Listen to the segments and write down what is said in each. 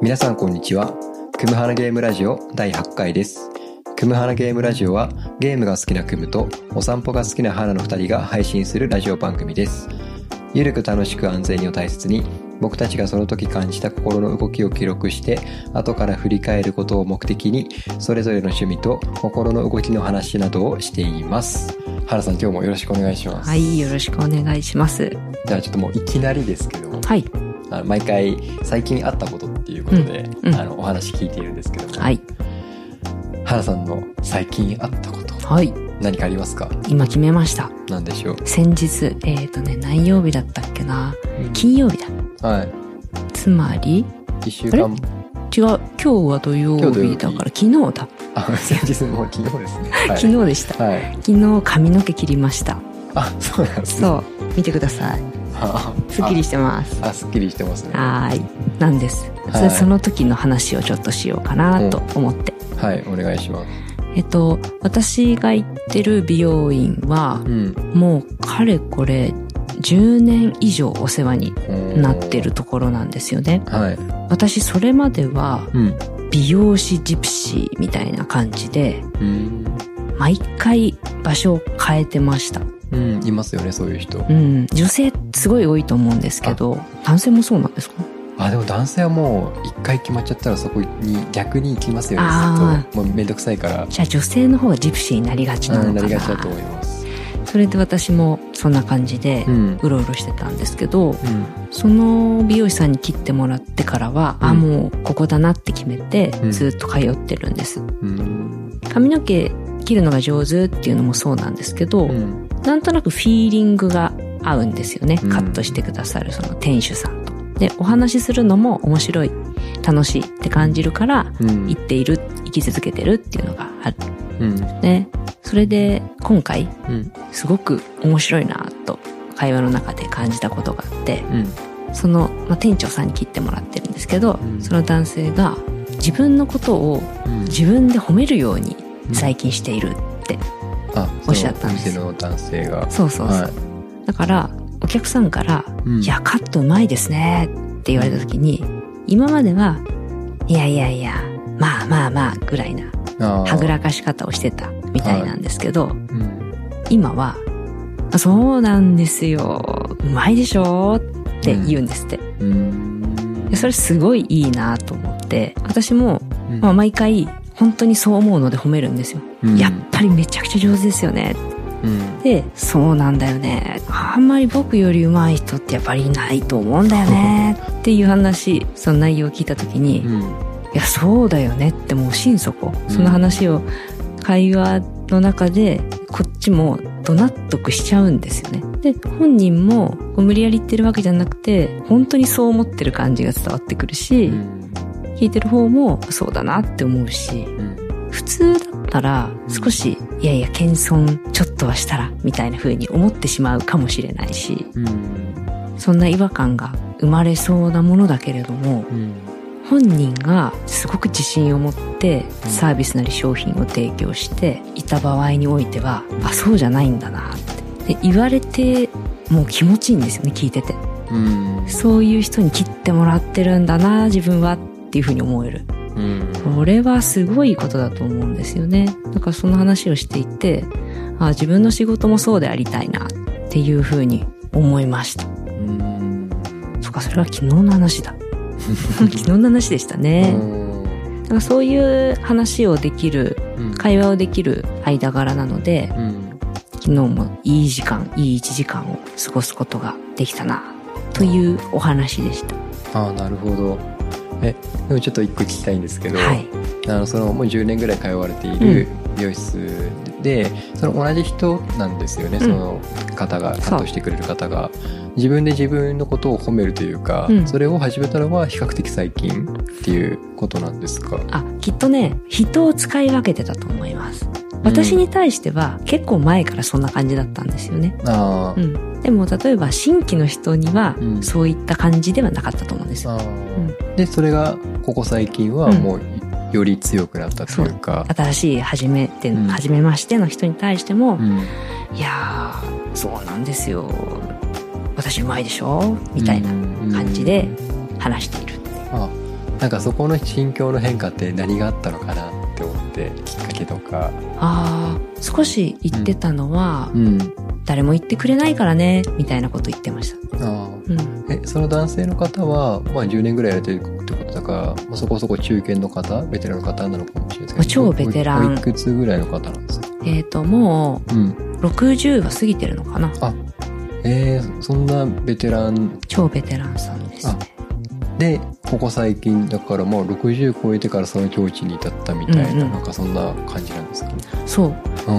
皆さんこんにちは。クムハナゲームラジオ第8回です。クムハナゲームラジオはゲームが好きなクムとお散歩が好きなハナの2人が配信するラジオ番組です。ゆるく楽しく安全にを大切に、僕たちがその時感じた心の動きを記録して後から振り返ることを目的に、それぞれの趣味と心の動きの話などをしています。ハナさん、今日もよろしくお願いします。 はい、よろしくお願いします。 じゃあちょっともういきなりですけども、 はい、 毎回最近あったことっていうことで、お話聞いているんですけども、 はい、 ハナさんの最近あったこと、 はい、 何かありますか？ 今決めました。 何でしょう？ 先日何曜日だったっけな、金曜日だ。 はい。 つまり 1週間。 違う、今日は土曜日だから昨日だ。 先日もう昨日ですね。はい、 昨日でした、はい、昨日髪の毛切りました。 あ、そうなんですね。 そう、見てください。すっきりしてます。 すっきりしてますね。 はい、なんです、はい、その時の話をちょっとしようかなと思って、 はい、お願いします。 私が行ってる美容院は、もうかれこれ10年以上お世話になってるところなんですよね。はい、私それまでは、美容師ジプシーみたいな感じで、毎回場所を変えてました。 いますよね、そういう人。 女性すごい多いと思うんですけど、男性もそうなんですか？ でも男性はもう一回決まっちゃったらそこに逆に行きますよね。もうめんどくさいから。じゃあ女性の方がジプシーになりがちなのかな。 なりがちだと思います。 それで私もそんな感じでうろうろしてたんですけど、その美容師さんに切ってもらってからは、もうここだなって決めてずっと通ってるんです。髪の毛切るのが上手っていうのもそうなんですけど、なんとなくフィーリングが合うんですよね。カットしてくださるその店主さんと。で、お話しするのも面白い、楽しいって感じるから、生き続けてるっていうのがある。ね。それで今回、すごく面白いなと会話の中で感じたことがあって、その、店長さんに切ってもらってるんですけど、その男性が自分のことを自分で褒めるように最近しているっておっしゃったんですよ。 お店の男性が。 そうそうそう。はい、だからお客さんから、いやカットうまいですねって言われた時に、今まではいやまあぐらいなはぐらかし方をしてたみたいなんですけど、今はそうなんですよ、うまいでしょって言うんですって。それすごいいいなと思って、私も、毎回本当にそう思うので褒めるんですよ。やっぱりめちゃくちゃ上手ですよね。で、そうなんだよね、あんまり僕より上手い人ってやっぱりいないと思うんだよねっていう話、その内容を聞いた時に、いやそうだよねって、もう心底その話を会話の中でこっちもど納得しちゃうんですよね。で、本人も無理やり言ってるわけじゃなくて、本当にそう思ってる感じが伝わってくるし、聞いてる方もそうだなって思うし、普通だったら少しいや謙遜ちょっとはしたらみたいな風に思ってしまうかもしれないし、そんな違和感が生まれそうなものだけれども、本人がすごく自信を持ってサービスなり商品を提供していた場合においては、そうじゃないんだなって言われて、もう気持ちいいんですよね、聞いてて。そういう人に切ってもらってるんだな自分はっていう風に思える。それはすごいことだと思うんですよね。だからその話をしていて、自分の仕事もそうでありたいなっていう風に思いました。そっか、それは昨日の話だ。昨日の話でしたね。だからそういう話をできる、会話をできる間柄なので、昨日もいい1時間を過ごすことができたなというお話でした。 なるほど。でもちょっと一個聞きたいんですけど、そのもう10年ぐらい通われている美容室で、その同じ人なんですよね、その方が、カットしてくれる方が自分で自分のことを褒めるというか、それを始めたのは比較的最近っていうことなんですか？ きっとね、人を使い分けてたと思います。私に対しては結構前からそんな感じだったんですよね。でも例えば新規の人にはそういった感じではなかったと思うんですよ。 でそれがここ最近はもうより強くなったというか、 新しい初めましての人に対しても、いやーそうなんですよ、私うまいでしょみたいな感じで話している。 なんかそこの心境の変化って何があったのかなって思って、きっかけとか。 少し言ってたのは、誰も言ってくれないからねみたいなこと言ってました。 その男性の方は、10年ぐらいやられてるってことだから、そこそこ中堅の方、ベテランの方なのかもしれないですけど、 超ベテラン。 おいくつぐらいの方なんですか？ もう、60は過ぎてるのかな。 そんなベテラン。 超ベテランさんですね。 で、ここ最近、だからもう60超えてからその境地に至ったみたいな、なんかそんな感じなんですかね。 そう。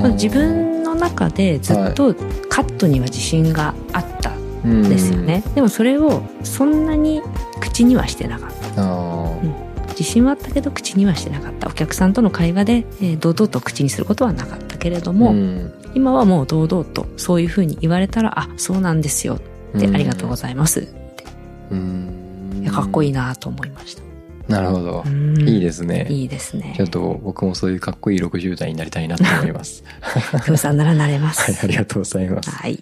自分の中でずっとカットには自信があったんですよね。でもそれをそんなに口にはしてなかった。自信はあったけど口にはしてなかった。お客さんとの会話で、堂々と口にすることはなかったけれども、今はもう堂々とそういうふうに言われたら、あ、そうなんですよってありがとうございますって。かっこいいなと思いました。 なるほど。いいですね。 いいですね。 ちょっと僕もそういうかっこいい60代になりたいなと思います。 ふうさんならなれます。 はい、ありがとうございます。 はい。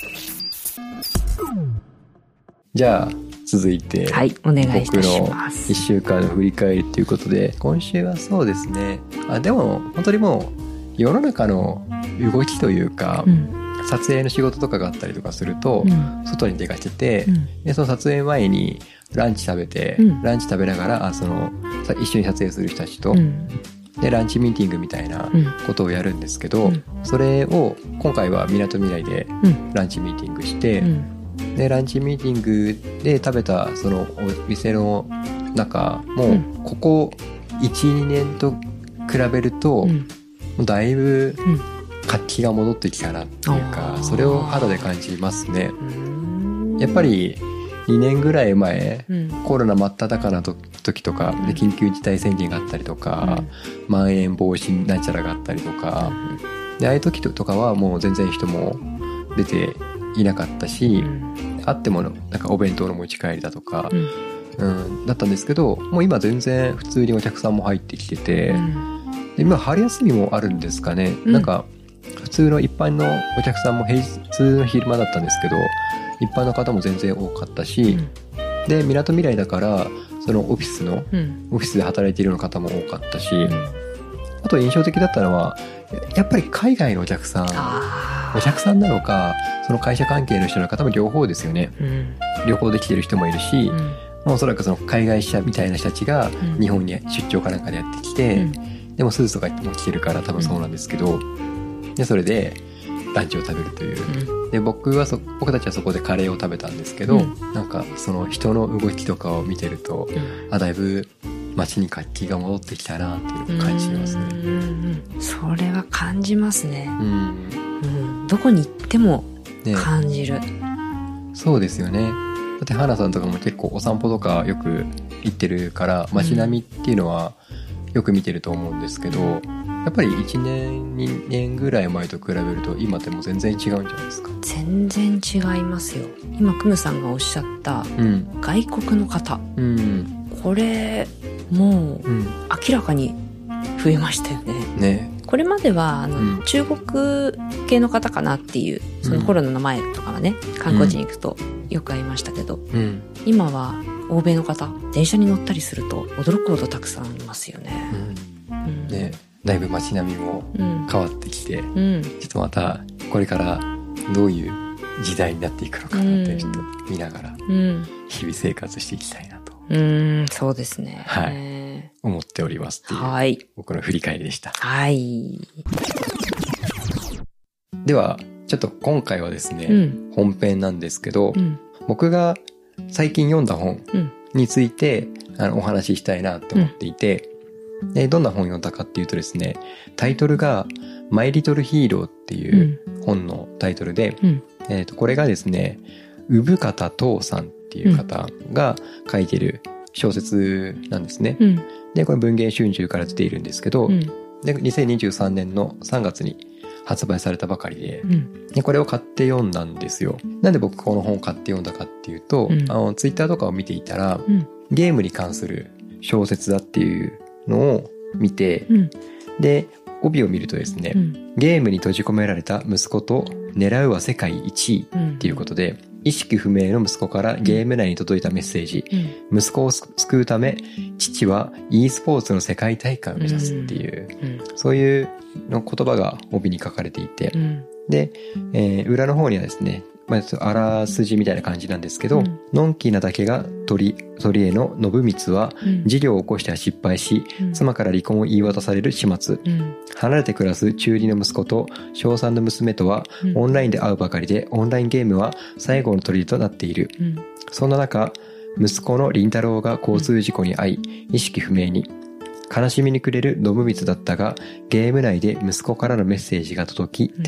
じゃあ、続いて、 はい、お願いいたします。 僕の1週間の振り返りということで、今週はそうですね。でも、本当にもう、世の中の動きというか、撮影の仕事とかがあったりとかすると、外に出かけて、でその撮影前にランチ食べて、ランチ食べながら一緒に撮影する人たちと、でランチミーティングみたいなことをやるんですけど、それを今回はみなとみらいでランチミーティングして、でランチミーティングで食べたそのお店の中も、ここ 1,2 年と比べると、もうだいぶ活気が戻ってきたなっていうか、それを肌で感じますね。やっぱり2年ぐらい前、コロナ真っ只中の時とかで緊急事態宣言があったりとか、まん延防止なんちゃらがあったりとか、でああいう時とかはもう全然人も出ていなかったし、あってもなんかお弁当の持ち帰りだとか、だったんですけど、もう今全然普通にお客さんも入ってきてて、で今春休みもあるんですかね、なんか普通の一般のお客さんも平日の昼間だったんですけど、一般の方も全然多かったし、でみなとみらいだからそのオフィスで働いているような方も多かったし、あと印象的だったのはやっぱり海外のお客さんなのか、その会社関係の人の方も両方ですよね。旅行で来てる人もいるし、おそらくその海外支社みたいな人たちが日本に出張かなんかでやってきて、でもスーツとかも着てるから多分そうなんですけど、でそれでランチを食べるという、で僕たちはそこでカレーを食べたんですけど、なんかその人の動きとかを見てると、だいぶ街に活気が戻ってきたなっていうのを感じますね。 それは感じますね。どこに行っても感じる、 そうですよね。だって花さんとかも結構お散歩とかよく行ってるから、街並みっていうのはよく見てると思うんですけど、やっぱり1年2年ぐらい前と比べると今ってもう全然違うんじゃないですか？ 全然違いますよ。今クムさんがおっしゃった、外国の方、これもう明らかに増えましたよね。これまでは中国系の方かなっていう、そのコロナの前とかはね、観光地に行くとよく会いましたけど、今は欧米の方、電車に乗ったりすると驚くほどたくさんいますよね。 だいぶ街並みも変わってきて、ちょっとまたこれからどういう時代になっていくのかなってちょっと見ながら日々生活していきたいなと、 そうですね、 思っておりますっていう僕の振り返りでした。ではちょっと今回はですね、本編なんですけど、僕が最近読んだ本についてお話ししたいなと思っていて、どんな本を読んだかっていうとですね、タイトルがマイリトルヒーローっていう本のタイトルで、これがですね、産方藤さんっていう方が書いてる小説なんですね。で、これ文藝春秋から出ているんですけど、で2023年の3月に発売されたばかりで、でこれを買って読んだんですよ。なんで僕この本を買って読んだかっていうと、ツイッターとかを見ていたら、ゲームに関する小説だっていうのを見て、で帯を見るとですね、ゲームに閉じ込められた息子と狙うは世界一位っていうことで、 意識不明の息子からゲーム内に届いたメッセージ、息子を救うため父は e スポーツの世界大会を目指すっていう、そういうの言葉が帯に書かれていて、で、裏の方にはですね、あらすじみたいな感じなんですけど、のんきなだけが取り柄の信光は事業を起こしては失敗し、妻から離婚を言い渡される始末、離れて暮らす中二の息子と小3の娘とはオンラインで会うばかりで、オンラインゲームは最後の砦となっている、そんな中息子の凛太郎が交通事故に遭い意識不明に。悲しみに暮れる信光だったが、ゲーム内で息子からのメッセージが届き、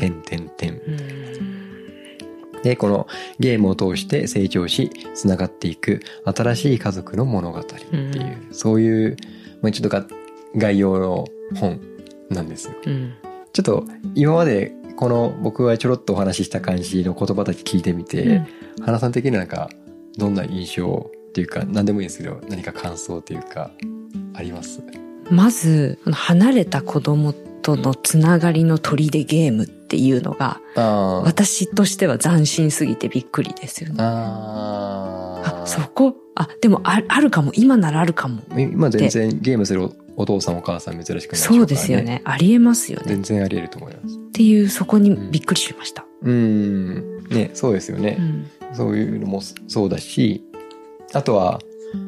で、このゲームを通して成長し、つながっていく新しい家族の物語っていう、そういう、ちょっと概要の本なんですよ。ちょっと今までこの僕はちょろっとお話しした感じの言葉だけ聞いてみて、花さん的になんかどんな印象っていうか、何でもいいですけど、何か感想っていうかあります？ まず離れた子供とのつながりの砦ゲームっていうのが私としては斬新すぎてびっくりですよね。そこでもあるかも、今ならあるかも。 今全然ゲームするお父さんお母さん珍しくないでしょうからね。 そうですよね。ありえますよね。 全然ありえると思います。 っていうそこにびっくりしました。 ね、そうですよね。そういうのもそうだし、あとは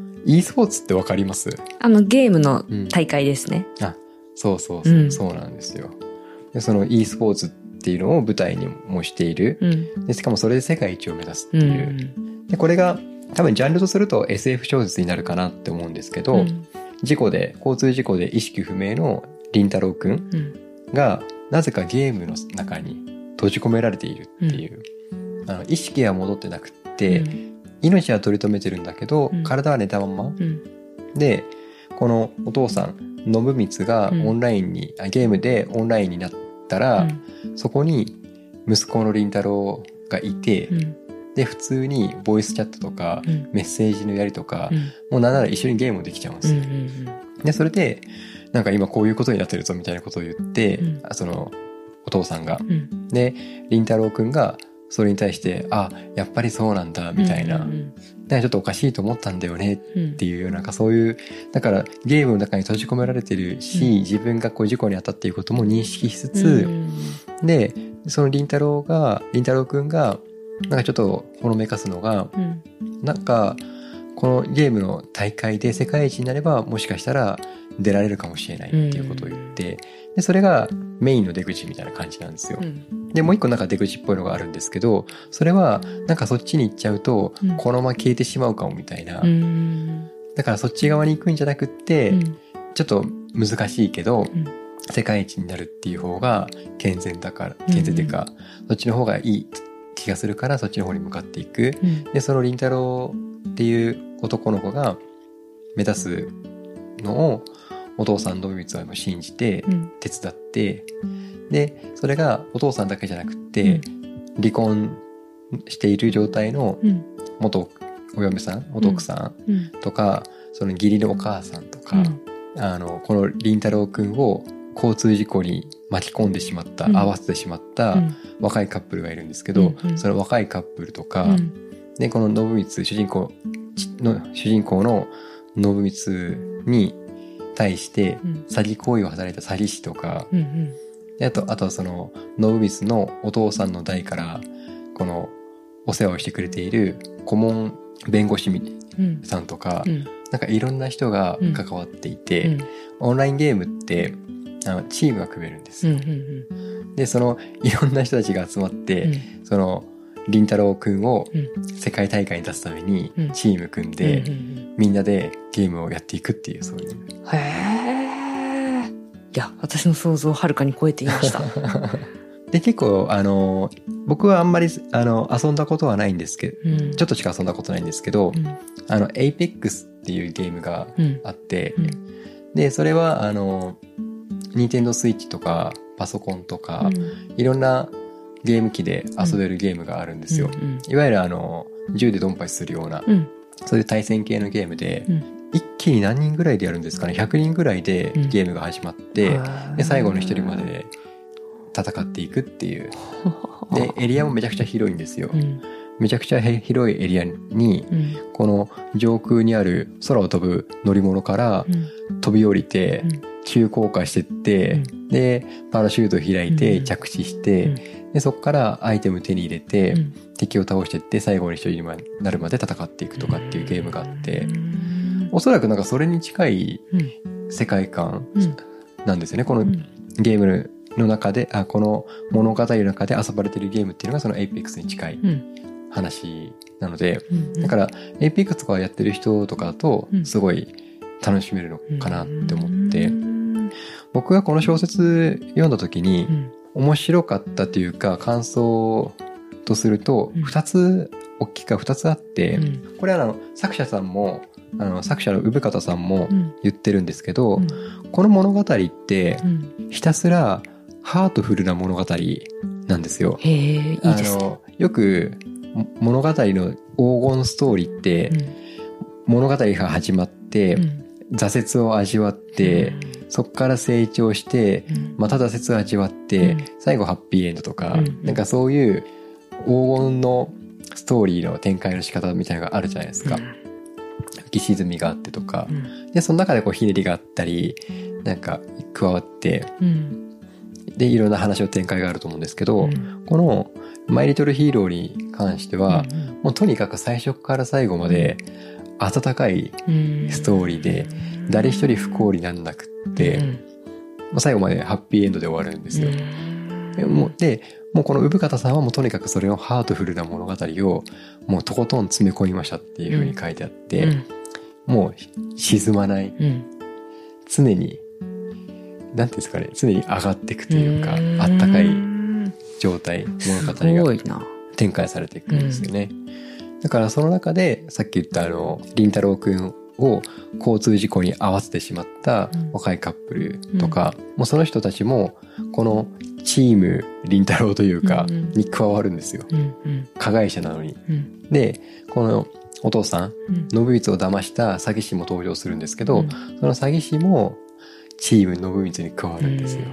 e スポーツってわかります？ ゲームの大会ですね。 そう、そうなんですよ。で、その e スポーツっていうのを舞台にもしている。で、しかもそれで世界一を目指すっていう。で、これが多分ジャンルとすると SF 小説になるかなって思うんですけど、交通事故で意識不明の凛太郎くんがなぜかゲームの中に閉じ込められているっていう。意識は戻ってなくって、命は取り留めてるんだけど、体は寝たまま、で、このお父さん信光がオンラインに、ゲームでオンラインになったら、そこに息子の凛太郎がいて、で普通にボイスチャットとか、メッセージのやりとか、もうなんなら一緒にゲームできちゃうんですよ。でそれでなんか今こういうことになってるぞみたいなことを言って、そのお父さんが、で凛太郎くんがそれに対してやっぱりそうなんだみたいな、ちょっとおかしいと思ったんだよねっていう、なんかそういう、だからゲームの中に閉じ込められてるし、自分がこう事故に遭ったっていうことも認識しつつ、でその凛太郎くんがなんかちょっとほのめかすのが、なんかこのゲームの大会で世界一になればもしかしたら出られるかもしれないっていうことを言って、でそれがメインの出口みたいな感じなんですよ。でもう一個なんか出口っぽいのがあるんですけど、それはなんかそっちに行っちゃうとこのまま消えてしまうかもみたいな、だからそっち側に行くんじゃなくって、ちょっと難しいけど、世界一になるっていう方が健全っていうか、そっちの方がいい気がするからそっちの方に向かっていく、でその凛太郎っていう男の子が目指すのをお父さん信光は信じて手伝って、でそれがお父さんだけじゃなくて、離婚している状態の元お嫁さん、元奥さんとか、その義理のお母さんとか、この凛太郎くんを交通事故に巻き込んでしまった、合わせてしまった若いカップルがいるんですけど、その若いカップルとか、でこの信光主人公の信光に対して詐欺行為を働いた詐欺師とか、であとはその信光のお父さんの代からこのお世話をしてくれている顧問弁護士さんとか、なんかいろんな人が関わっていて、オンラインゲームってチームが組めるんですよ。でそのいろんな人たちが集まって、その凛太郎くんを世界大会に出すためにチーム組んで、みんなでゲームをやっていくっていう、そういう。 いや私の想像をはるかに超えていました。 で結構僕はあんまり遊んだことはないんですけど、ちょっとしか遊んだことないんですけど、Apex っていうゲームがあって、でそれはNintendo Switch とかパソコンとか、いろんなゲーム機で遊べるゲームがあるんですよ。いわゆる銃でドンパチするような、そういう対戦系のゲームで、一気に何人ぐらいでやるんですかね、100人ぐらいでゲームが始まって、で最後の一人まで戦っていくっていう。でエリアもめちゃくちゃ広いんですよ。 めちゃくちゃ広いエリアに、この上空にある空を飛ぶ乗り物から飛び降りて、急降下してって、でパラシュートを開いて着地して、でそこからアイテム手に入れて、敵を倒していって最後に一人になるまで戦っていくとかっていうゲームがあって、おそらくなんかそれに近い世界観なんですよね。このゲームの中で、この物語の中で遊ばれてるゲームっていうのがそのエイペックスに近い話なので、だからエイペックスとかやってる人とかだとすごい楽しめるのかなって思って、僕がこの小説読んだ時に面白かったというか感想とすると大きく2つあって、これは作者さんも作者の産方さんも言ってるんですけど、この物語ってひたすらハートフルな物語なんですよ。 いいですね。 よく物語の黄金ストーリーって、物語が始まって、挫折を味わって、そこから成長して、また挫折を味わって、最後ハッピーエンドとか、なんかそういう黄金のストーリーの展開の仕方みたいなのがあるじゃないですか。浮き沈みがあってとか、でその中でこうひねりがあったりなんか加わって、でいろんな話の展開があると思うんですけど、このマイリトルヒーローに関しては、もうとにかく最初から最後まで温かいストーリーで、誰一人不幸になんなくって、最後までハッピーエンドで終わるんですよ。もうこの産方さんはもうとにかくそれをハートフルな物語をもうとことん詰め込みましたっていう風に書いてあって、もう沈まない、常になんていうんですかね、常に上がっていくというか、あったかい状態、物語が展開されていくんですよね。だからその中でさっき言った凛太郎くんを交通事故に遭わせてしまった若いカップルとか、もうその人たちもこのチーム凛太郎というかに加わるんですよ。加害者なのに。で、このお父さん、信光を騙した詐欺師も登場するんですけど、その詐欺師もチーム信光に加わるんですよ。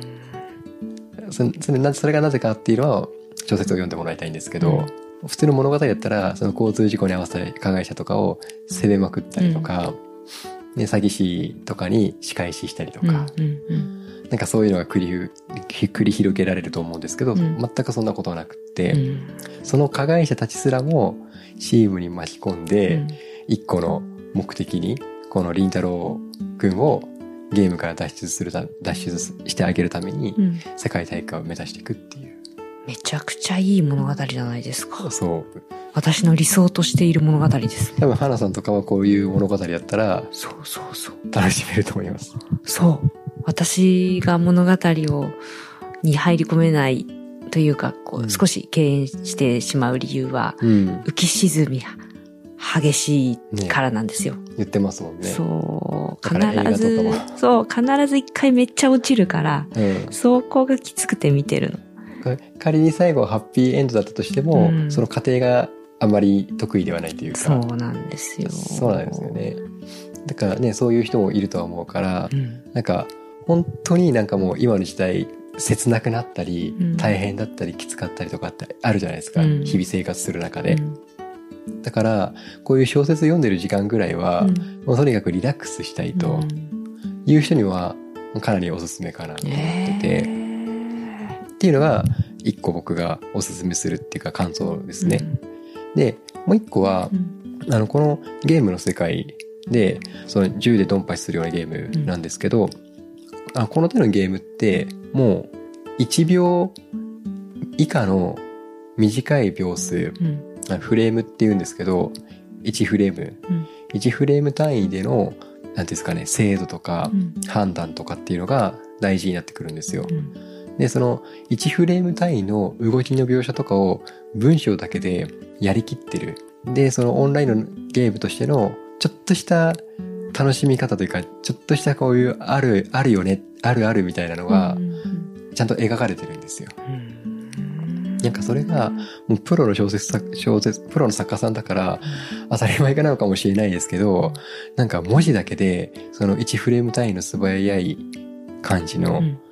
それがなぜかっていうのは小説を読んでもらいたいんですけど、普通の物語だったらその交通事故に遭わせた加害者とかを責めまくったりとか、詐欺師とかに仕返ししたりとか、なんかそういうのが繰り広げられると思うんですけど、全くそんなことはなくって、その加害者たちすらもチームに巻き込んで、一個の目的にこの凛太郎くんをゲームから脱出してあげるために世界大会を目指していくっていう、 めちゃくちゃいい物語じゃないですか。 そう。 私の理想としている物語です。 多分花さんとかはこういう物語だったら、 そう楽しめると思います。 そう。私が物語に入り込めないというか、少し敬遠してしまう理由は、浮き沈み激しいからなんですよ。 言ってますもんね。 そう。必ず一回めっちゃ落ちるから、そこがきつくて見てるの。 仮に最後ハッピーエンドだったとしても、その過程があまり得意ではないというか。 そうなんですよ。 そうなんですよね。だからね、そういう人もいるとは思うから、なんか本当になんかもう今の時代切なくなったり、大変だったりきつかったりとかってあるじゃないですか、日々生活する中で。だからこういう小説読んでる時間ぐらいは、もうとにかくリラックスしたいという人にはかなりおすすめかなと思ってて、っていうのが一個僕がおすすめするっていうか感想ですね。でもう一個は、このゲームの世界でその銃でドンパチするようなゲームなんですけど、この手のゲームってもう1秒以下の短い秒数、フレームっていうんですけど、1フレーム単位でのなんていうんですかね、精度とか判断とかっていうのが大事になってくるんですよ。でその1フレーム単位の動きの描写とかを文章だけでやりきってる。でそのオンラインのゲームとしてのちょっとした楽しみ方というか、ちょっとしたこういうあるよね、あるみたいなのがちゃんと描かれてるんですよ。なんかそれがもうプロのプロの作家さんだから当たり前かなのかもしれないですけど、なんか文字だけでその1フレーム単位の素早い感じの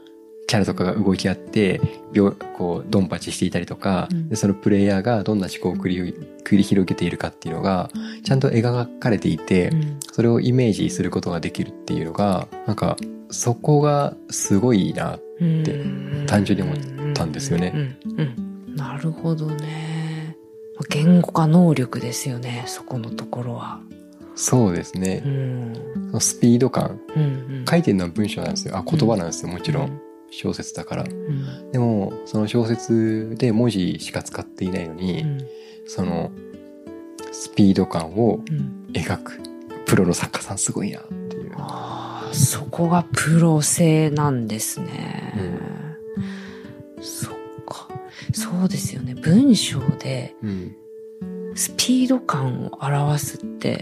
キャラとかが動き合って、こう、ドンパチしていたりとか、でそのプレイヤーがどんな思考を繰り広げているかっていうのが、ちゃんと描かれていて、それをイメージすることができるっていうのが、なんか、そこがすごいなって、単純に思ったんですよね。 なるほどね。言語化能力ですよね、そこのところは。 そうですね。そのスピード感。書いてるのは文章なんですよ。言葉なんですよ、もちろん。小説だから。でも、その小説で文字しか使っていないのに、その、スピード感を描く。プロの作家さんすごいなっていう。 そこがプロ性なんですね。そっか。そうですよね。文章で、スピード感を表すって、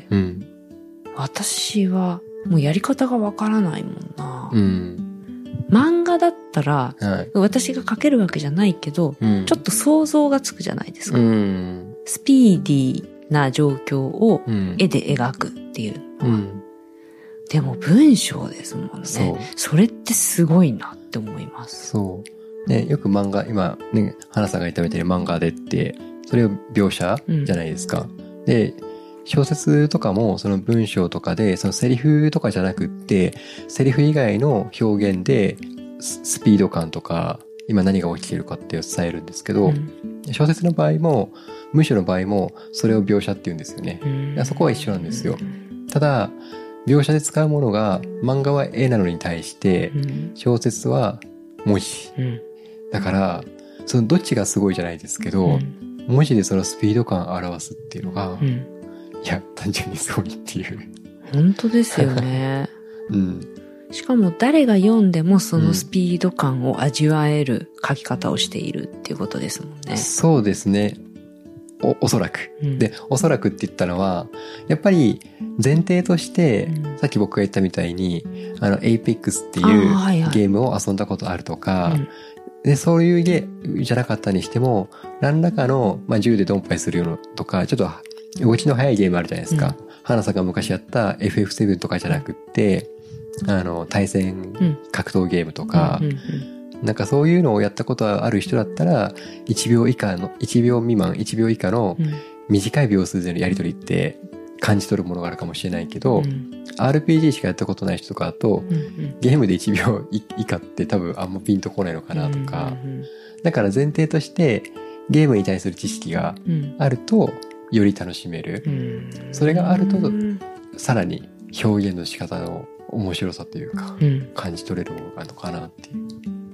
私はもうやり方がわからないもんな。漫画だったら、私が描けるわけじゃないけど、ちょっと想像がつくじゃないですか。スピーディーな状況を絵で描くっていうのは。でも文章ですもんね。それってすごいなって思います。 そう。ね、よく漫画、今ね、花さんが言ったみたいに漫画でって、それを描写じゃないですか。で、小説とかもその文章とかで、そのセリフとかじゃなくって、セリフ以外の表現でスピード感とか、今何が起きてるかって伝えるんですけど、小説の場合も、文章の場合もそれを描写って言うんですよね。そこは一緒なんですよ。ただ、描写で使うものが、漫画は絵なのに対して、小説は文字。だから、そのどっちがすごいじゃないですけど、文字でそのスピード感を表すっていうのが、いや、単純にすごいっていう。 本当ですよね。しかも誰が読んでもそのスピード感を味わえる書き方をしているっていうことですもんね。 そうですね。おそらく。で、おそらくって言ったのは、やっぱり前提として、さっき僕が言ったみたいに、Apex っていうゲームを遊んだことあるとか、で、そういうゲームじゃなかったにしても、何らかの、銃でドンパイするようなとか、ちょっと動きの速いゲームあるじゃないですか。花さんが昔やった FF7 とかじゃなくって、対戦格闘ゲームとか、なんかそういうのをやったことがある人だったら、1秒未満、1秒以下の短い秒数でのやりとりって感じ取るものがあるかもしれないけど、RPG しかやったことない人とかだと、ゲームで1秒以下って多分あんまピンとこないのかなとか、だから前提としてゲームに対する知識があるとより楽しめる。それがあるとさらに表現の仕方の面白さというか、感じ取れるものがあるのかなっていう。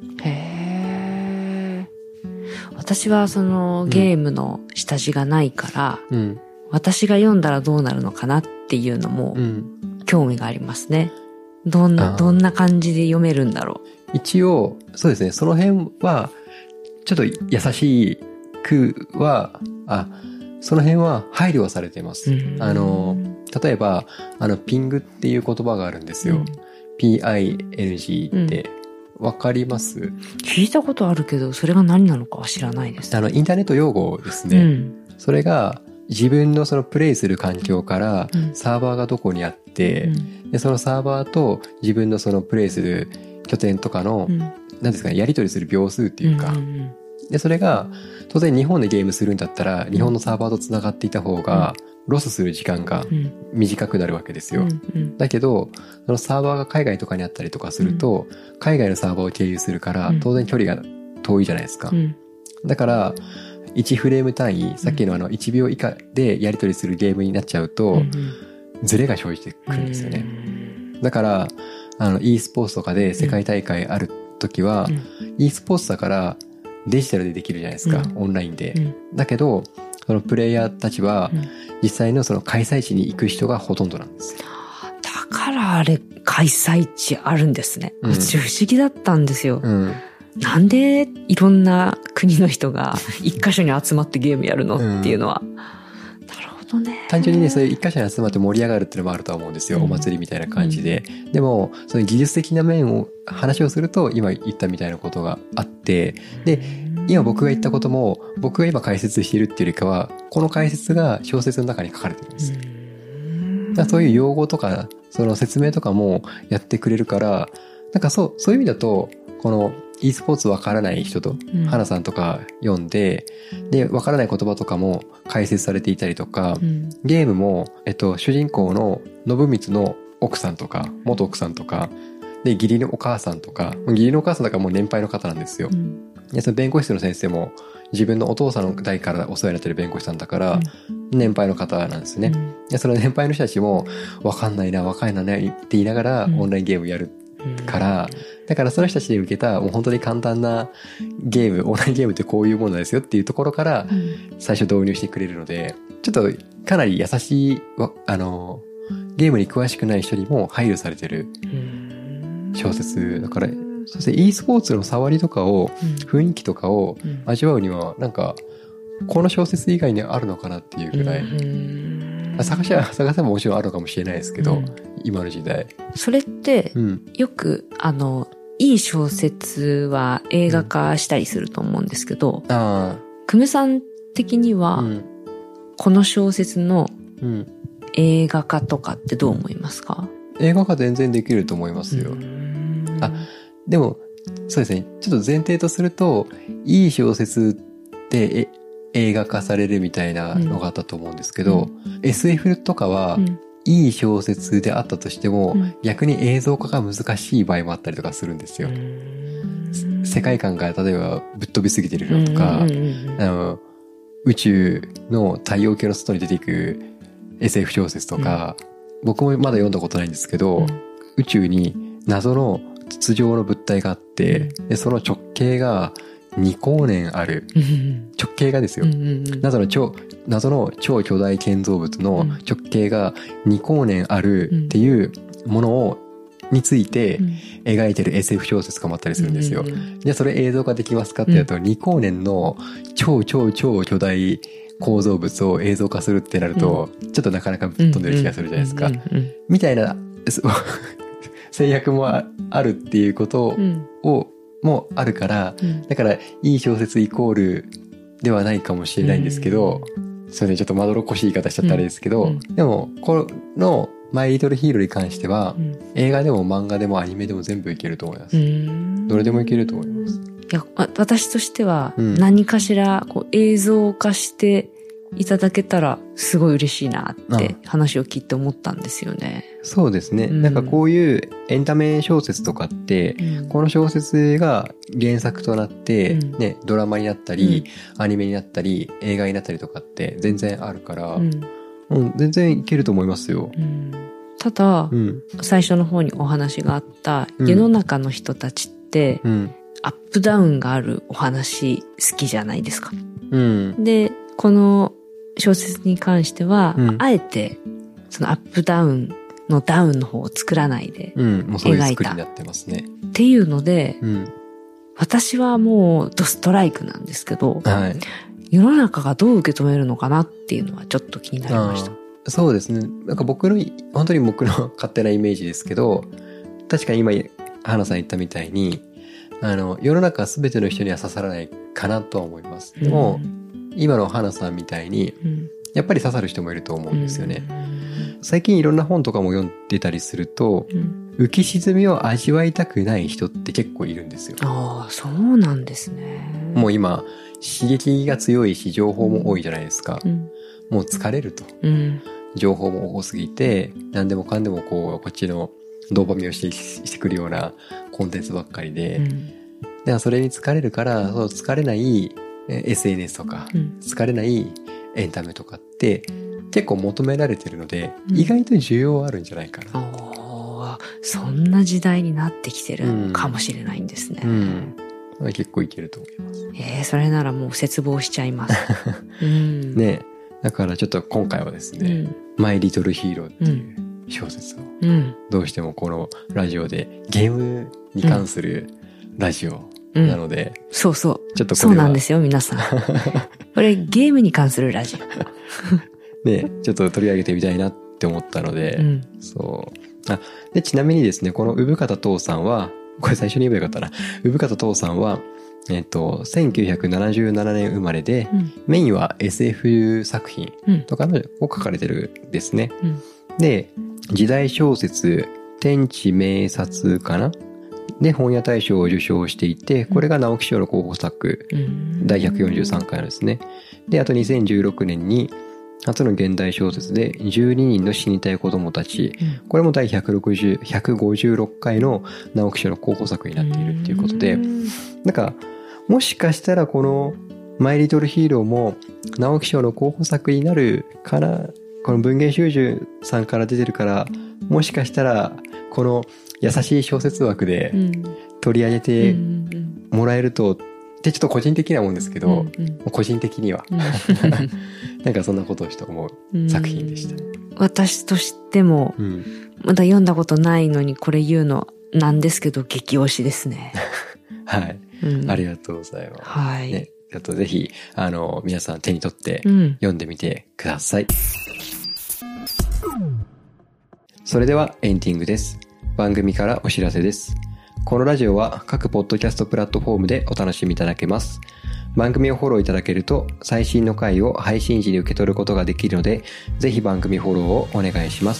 私はそのゲームの下地がないから、私が読んだらどうなるのかなっていうのも興味がありますね。どんな感じで読めるんだろう。一応、そうですね、その辺は、ちょっと優しくは、その辺は配慮はされています。例えば、ピングっていう言葉があるんですよ。PING って。わかります？ 聞いたことあるけど、それが何なのかは知らないです。 インターネット用語ですね。それが、自分のそのプレイする環境から、サーバーがどこにあって、で、そのサーバーと自分のそのプレイする拠点とかの、何ですかね、やり取りする秒数っていうか、で、それが、当然日本でゲームするんだったら、日本のサーバーと繋がっていた方が、ロスする時間が短くなるわけですよ。だけど、そのサーバーが海外とかにあったりとかすると、海外のサーバーを経由するから、当然距離が遠いじゃないですか。だから、1フレーム単位、さっきの1秒以下でやり取りするゲームになっちゃうと、ズレが生じてくるんですよね。だから、e スポーツとかで世界大会ある時は、e スポーツだからデジタルでできるじゃないですか、オンラインで。だけど、そのプレイヤーたちは、実際のその開催地に行く人がほとんどなんですよ。 だからあれ、開催地あるんですね。不思議だったんですよ。なんでいろんな国の人が一箇所に集まってゲームやるのっていうのは。なるほどね。 単純にね、そういう一箇所に集まって盛り上がるっていうのもあるとは思うんですよ。お祭りみたいな感じで。でも、その技術的な面を話をすると、今言ったみたいなことがあって、で、今僕が言ったことも、僕が今解説しているっていうよりかは、この解説が小説の中に書かれてるんです。だからそういう用語とか、その説明とかもやってくれるから、なんかそういう意味だと、この e スポーツわからない人と、花さんとか読んで、で、わからない言葉とかも解説されていたりとか、ゲームも、主人公の信光の奥さんとか、元奥さんとか、で、義理のお母さんとか、義理のお母さんだからもう年配の方なんですよ。で、その弁護士の先生も、自分のお父さんの代からお世話になってる弁護士さんだから、年配の方なんですね。で、その年配の人たちも、わかんないな、若いなね、って言いながら、オンラインゲームやるから、だからその人たちに向けた、もう本当に簡単なゲーム、オンラインゲームってこういうものですよっていうところから、最初導入してくれるので、ちょっとかなり優しい、ゲームに詳しくない人にも配慮されてる小説だから、そして e スポーツの触りとかを、雰囲気とかを味わうには、なんか、この小説以外にあるのかなっていうぐらい。探せばもちろんあるのかもしれないですけど、今の時代。 それって、よく、いい小説は映画化したりすると思うんですけど、久米さん的には、この小説の映画化とかってどう思いますか？ 映画化全然できると思いますよ。でも、そうですね。ちょっと前提とすると、いい小説って映画化されるみたいなのがあったと思うんですけど、SF とかは、いい小説であったとしても、逆に映像化が難しい場合もあったりとかするんですよ。世界観が例えばぶっ飛びすぎてるのとか、宇宙の太陽系の外に出ていく SF 小説とか、僕もまだ読んだことないんですけど、宇宙に謎の筒状の物体があって、でその直径が2光年ある。直径がですよ。謎の超巨大建造物の直径が2光年あるっていうものについて描いてる SF 小説かもあったりするんですよ。じゃあそれ映像化できますかってやると、2光年の超巨大構造物を映像化するってなると、ちょっとなかなかぶっ飛んでる気がするじゃないですか。みたいな制約もあるっていうことを、もあるから、だからいい小説イコールではないかもしれないんですけど、それでちょっとまどろっこしい言い方しちゃったあれですけど、でもこのマイリトルヒーローに関しては、映画でも漫画でもアニメでも全部いけると思います。どれでもいけると思います。 いや、私としては何かしらこう映像化していただけたらすごい嬉しいなって話を聞いて思ったんですよね。 そうですね。なんかこういうエンタメ小説とかって、この小説が原作となって、ね、ドラマになったり、アニメになったり、映画になったりとかって全然あるから、全然いけると思いますよ。 ただ、最初の方にお話があった世の中の人たちって、アップダウンがあるお話好きじゃないですか。で、この小説に関しては、あえてそのアップダウンのダウンの方を作らないでもうそういう作りになってますね。 っていうので、私はもうドストライクなんですけど、世の中がどう受け止めるのかなっていうのはちょっと気になりました。 そうですね。なんか本当に僕の勝手なイメージですけど、確かに今花さん言ったみたいに、世の中すべての人には刺さらないかなとは思います。でも、今の花さんみたいに、やっぱり刺さる人もいると思うんですよね。最近いろんな本とかも読んでたりすると、浮き沈みを味わいたくない人って結構いるんですよ。 ああ、そうなんですね。 もう今、刺激が強いし、情報も多いじゃないですか。もう疲れると。情報も多すぎて、何でもかんでもこっちのドーパミンをしてくるようなコンテンツばっかりで、だからそれに疲れるから、その疲れない、SNS とか、疲れないエンタメとかって結構求められてるので、意外と需要あるんじゃないかな。 そんな時代になってきてるかもしれないんですね。 結構いけると思います。 それならもう絶望しちゃいます。 ね、だからちょっと今回はですね、マイリトルヒーローっていう小説を、どうしてもこのラジオでゲームに関するラジオなので、 そうそう。 ちょっとそうなんですよ、皆さん。これゲームに関するラジオ。ね、ちょっと取り上げてみたいなって思ったので、そう。で、ちなみにですね、この産方父さんは、これ最初に言えばよかったな。産方父さんは、1977年生まれで、メインは SF 作品とかを書かれてるんですね。で、時代小説、天地明察かなで本屋大賞を受賞していて、これが直木賞の候補作、第143回のですね。であと2016年に初の現代小説で12人の死にたい子供たち、これも第156回の直木賞の候補作になっているっていうことで、なんかもしかしたらこのマイリトルヒーローも直木賞の候補作になるから、この文藝春秋さんから出てるから、もしかしたらこの優しい小説枠で取り上げてもらえるとってちょっと個人的なもんですけど、個人的にはなんかそんなことをして思う作品でした。 私としてもまだ読んだことないのにこれ言うのなんですけど、激推しですね。 はい、ありがとうございます。 はい。 ね、あとぜひ皆さん手に取って読んでみてください。それではエンディングです。番組からお知らせです。このラジオは各ポッドキャストプラットフォームでお楽しみいただけます。番組をフォローいただけると最新の回を配信時に受け取ることができるので、ぜひ番組フォローをお願いします。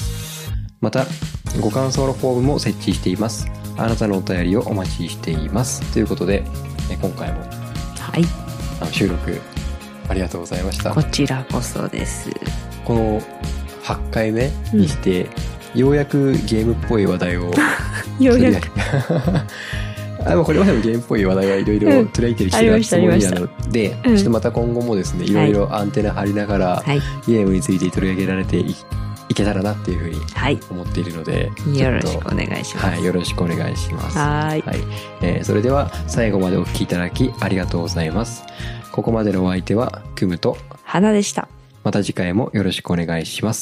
またご感想のフォームも設置しています。あなたのお便りをお待ちしています。ということで今回も収録ありがとうございました。 こちらこそです。 この8回目にして、ようやくゲームっぽい話題をようやくこれまでもゲームっぽい話題はいろいろ取り上げてるしてたつもりなので、ちょっとまた今後もですね、いろいろアンテナ張りながら、ゲームについて取り上げられていけたらなっていうふうに思っているので、 よろしくお願いします。 はい、よろしくお願いします。 はい、 それでは最後までお聞きいただきありがとうございます。ここまでのお相手はクムと花でした。 また次回もよろしくお願いします。